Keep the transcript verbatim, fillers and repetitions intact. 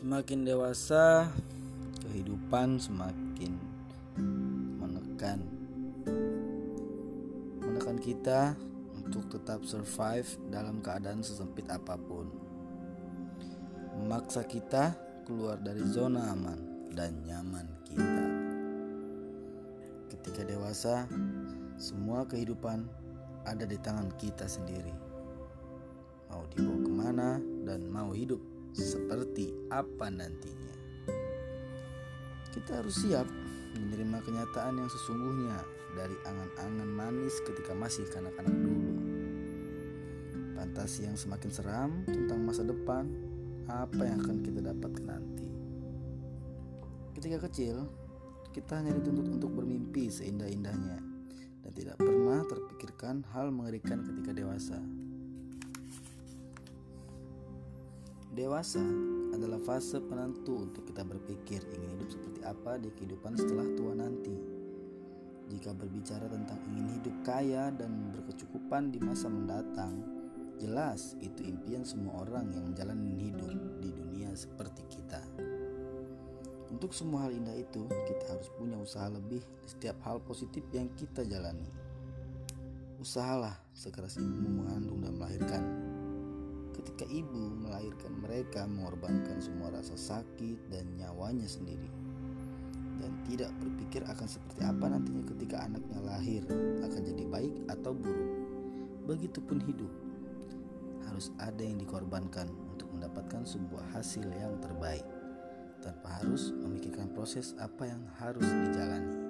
Semakin dewasa, kehidupan semakin menekan menekan kita untuk tetap survive dalam keadaan sesempit apapun, memaksa kita keluar dari zona aman dan nyaman kita. Ketika dewasa, semua kehidupan ada di tangan kita sendiri. Mau dibawa kemana dan mau hidup seperti apa nantinya. Kita harus siap menerima kenyataan yang sesungguhnya dari angan-angan manis ketika masih kanak-kanak dulu. Fantasi yang semakin seram tentang masa depan, apa yang akan kita dapatkan nanti. Ketika kecil, kita hanya dituntut untuk bermimpi seindah-indahnya dan tidak pernah terpikirkan hal mengerikan ketika dewasa. Dewasa adalah fase penentu untuk kita berpikir ingin hidup seperti apa di kehidupan setelah tua nanti. Jika berbicara tentang ingin hidup kaya dan berkecukupan di masa mendatang, jelas itu impian semua orang yang menjalani hidup di dunia seperti kita. Untuk semua hal indah itu, kita harus punya usaha lebih di setiap hal positif yang kita jalani. Usahalah sekeras ibumu mengandung dan melahirkan. Ketika ibu melahirkan mereka mengorbankan semua rasa sakit dan nyawanya sendiri, dan tidak berpikir akan seperti apa nantinya ketika anaknya lahir, akan jadi baik atau buruk. Begitupun hidup, harus ada yang dikorbankan untuk mendapatkan sebuah hasil yang terbaik, tanpa harus memikirkan proses apa yang harus dijalani.